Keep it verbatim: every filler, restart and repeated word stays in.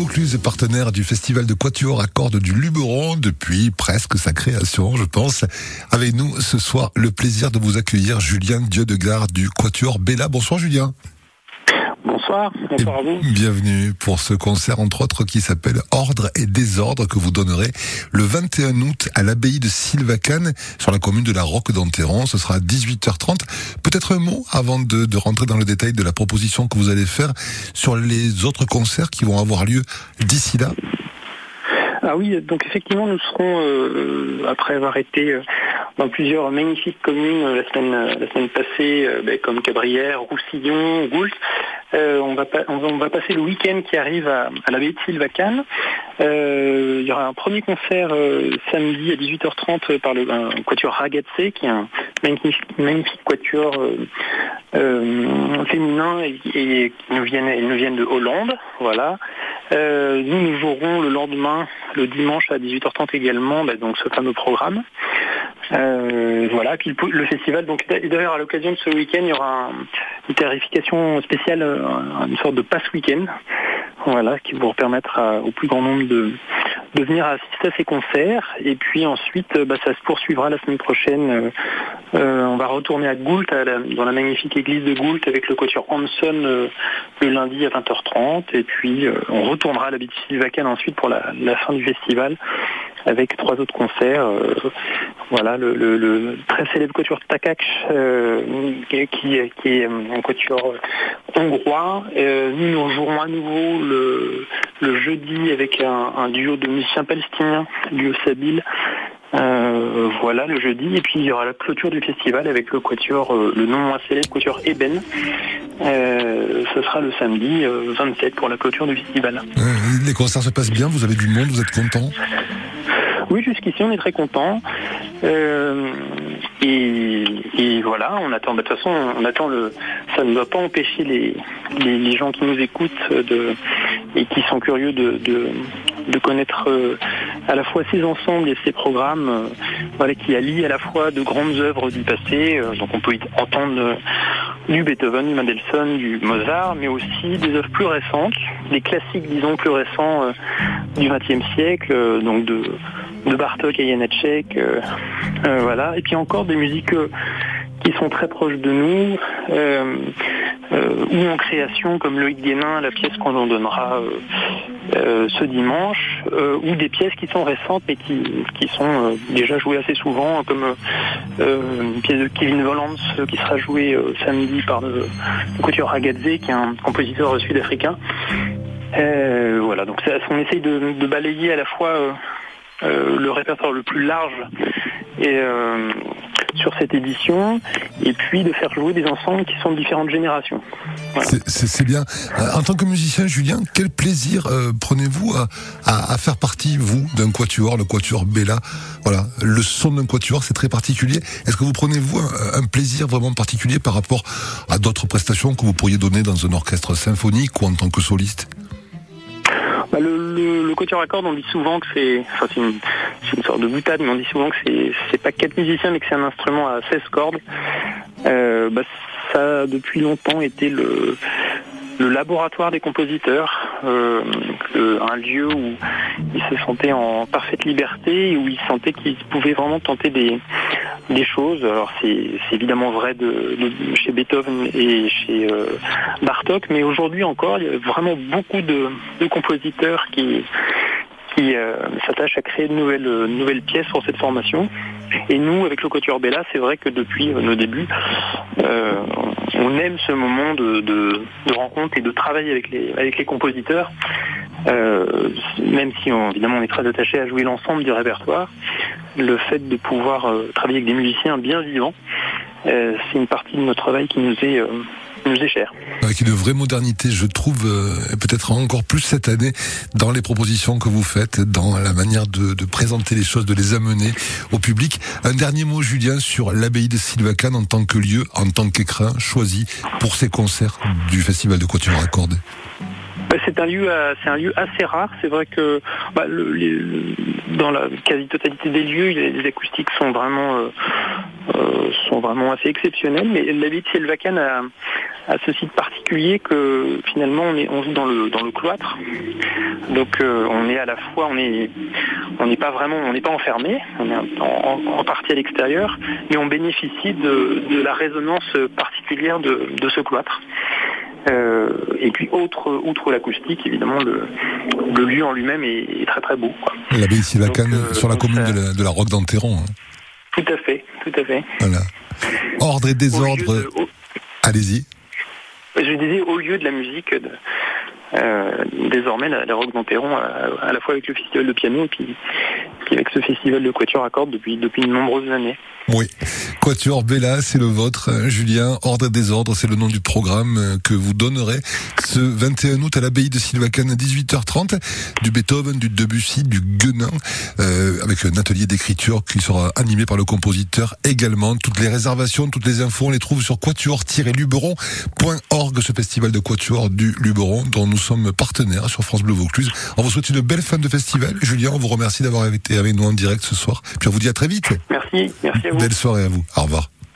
Vaucluse est partenaire du festival de quatuor à cordes du Luberon depuis presque sa création, je pense. Avec nous ce soir, le plaisir de vous accueillir, Julien Dieudegard du quatuor Bella. Bonsoir Julien. Bonsoir, bonsoir à vous. Bienvenue pour ce concert, entre autres, qui s'appelle Ordre et Désordre, que vous donnerez le vingt et un août à l'abbaye de Sylvacane, sur la commune de la Roque d'Enterron. Ce sera à dix-huit heures trente. Peut-être un mot avant de, de rentrer dans le détail de la proposition que vous allez faire sur les autres concerts qui vont avoir lieu d'ici là. Ah oui, donc effectivement, nous serons, euh, après avoir été euh, dans plusieurs magnifiques communes euh, la semaine la semaine passée, euh, ben, comme Cabrières, Roussillon, Goult, euh, on, va on, va, on va passer le week-end qui arrive à, à l'abbaye de Sylvacane. Euh, il y aura un premier concert euh, samedi à dix-huit heures trente par le un quatuor Ragazze, qui est un magnifique, magnifique quatuor euh, euh, féminin et, et qui nous viennent, ils nous viennent de Hollande, voilà. Euh, nous, nous jouerons le lendemain, le dimanche à dix-huit heures trente également, bah, donc ce fameux programme. Euh, voilà, puis le, le festival, donc d'ailleurs à l'occasion de ce week-end, il y aura un, une tarification spéciale, un, une sorte de pass week-end, voilà, qui vous permettra au plus grand nombre de, de venir assister à ces concerts. Et puis ensuite, bah, ça se poursuivra la semaine prochaine. Euh, on va retourner à Goult, à la, dans la magnifique église de Goult, avec le quatuor Hanson euh, le lundi à vingt heures trente. Et puis euh, on retournera à l'abbaye de Sylvacane ensuite pour la, la fin du festival, avec trois autres concerts. Euh, voilà, le, le, le très célèbre quatuor Takach, euh, qui, qui, qui est un quatuor hongrois. Euh, nous, nous jouerons à nouveau le, le jeudi avec un, un duo de musiciens palestiniens, duo Sabil. Euh, voilà, le jeudi. Et puis il y aura la clôture du festival avec le quatuor, euh, le non moins célèbre quatuor Eben. Euh, ce sera le samedi euh, vingt-sept pour la clôture du festival. Euh, les concerts se passent bien, vous avez du monde, vous êtes content ? Oui, jusqu'ici on est très content. Euh, et, et voilà, on attend. Bah, de toute façon, on attend le. Ça ne doit pas empêcher les, les, les gens qui nous écoutent de, et qui sont curieux de, de, de connaître euh, à la fois ces ensembles et ces programmes, euh, voilà, qui allient à la fois de grandes œuvres du passé. Euh, donc on peut y entendre euh, du Beethoven, du Mendelssohn, du Mozart, mais aussi des œuvres plus récentes, des classiques, disons, plus récents euh, du vingtième siècle, euh, donc de de Bartók et Janáček, euh, euh, voilà, et puis encore des musiques euh, qui sont très proches de nous, euh, euh, ou en création comme Loïc Guénin, la pièce qu'on en donnera euh, euh, ce dimanche, euh, ou des pièces qui sont récentes mais qui, qui sont euh, déjà jouées assez souvent, comme euh, une pièce de Kevin Volans qui sera jouée euh, samedi par le, le quatuor Ragazze, qui est un compositeur sud-africain. Euh, voilà, donc ça, on essaye de, de balayer à la fois euh, Euh, le répertoire le plus large et euh, sur cette édition, et puis de faire jouer des ensembles qui sont de différentes générations. Voilà. C'est, c'est, c'est bien. Euh, en tant que musicien, Julien, quel plaisir euh, prenez-vous à, à, à faire partie, vous, d'un quatuor, le quatuor Bella ? Voilà, le son d'un quatuor, c'est très particulier. Est-ce que vous prenez, vous, un, un plaisir vraiment particulier par rapport à d'autres prestations que vous pourriez donner dans un orchestre symphonique ou en tant que soliste ? Bah le, le, le quatuor à cordes, on dit souvent que c'est, enfin c'est une, c'est une sorte de boutade, mais on dit souvent que c'est, c'est pas quatre musiciens, mais que c'est un instrument à seize cordes. Euh, bah ça a depuis longtemps été le, le laboratoire des compositeurs, euh, le, un lieu où ils se sentaient en parfaite liberté et où ils sentaient qu'ils pouvaient vraiment tenter des, des choses. Alors c'est, c'est évidemment vrai de, de chez Beethoven et chez euh, Bartók, mais aujourd'hui encore, il y a vraiment beaucoup de, de compositeurs qui qui euh, s'attachent à créer de nouvelles, de nouvelles pièces pour cette formation. Et nous, avec le quatuor Bella, c'est vrai que depuis euh, nos débuts, euh, on aime ce moment de, de, de rencontre et de travail avec les, avec les compositeurs, euh, même si on, évidemment on est très attaché à jouer l'ensemble du répertoire. Le fait de pouvoir euh, travailler avec des musiciens bien vivants, euh, c'est une partie de notre travail qui nous est... Euh, nous est cher. Avec une vraie modernité, je trouve, euh, et peut-être encore plus cette année, dans les propositions que vous faites, dans la manière de, de présenter les choses, de les amener au public. Un dernier mot, Julien, sur l'abbaye de Sylvacane en tant que lieu, en tant qu'écrin choisi pour ces concerts du Festival de quatuor à cordes. Bah, c'est un lieu, à, c'est un lieu assez rare. C'est vrai que bah, le, les, dans la quasi-totalité des lieux, les acoustiques sont vraiment, euh, euh, sont vraiment assez exceptionnelles. Mais l'abbaye de Sylvacane a, a ce site particulier que finalement on est, on vit dans le dans le cloître. Donc euh, on est à la fois, on est, on n'est pas vraiment, on n'est pas enfermé, on est en, en, en partie à l'extérieur, mais on bénéficie de, de la résonance particulière de, de ce cloître. Euh, et puis, autre, outre l'acoustique, évidemment, le, le lieu en lui-même est, est très très beau, quoi. L'abbaye de Sylvacane euh, sur la commune ça... de, la, de la Roque d'Enterron. Hein. Tout à fait, tout à fait. Voilà. Ordre et désordre. De, au... Allez-y. Je disais au lieu de la musique. De... Euh, désormais, la, la Roque d'Enterron, à, à la fois avec le festival de piano et puis, puis avec ce festival de quatuor à cordes depuis, depuis de nombreuses années. Oui, Quatuor Bella, c'est le vôtre, Julien. Ordre et désordre, c'est le nom du programme que vous donnerez ce vingt et un août à l'abbaye de Sylvacane à dix-huit heures trente. Du Beethoven, du Debussy, du Guenin, euh, avec un atelier d'écriture qui sera animé par le compositeur également. Toutes les réservations, toutes les infos, on les trouve sur quatuor tiret luberon point org, ce festival de quatuor du Luberon dont nous sommes partenaires sur France Bleu Vaucluse. On vous souhaite une belle fin de festival. Julien, on vous remercie d'avoir été avec nous en direct ce soir. Puis on vous dit à très vite. Merci, merci à vous. Belle soirée à vous. Au revoir.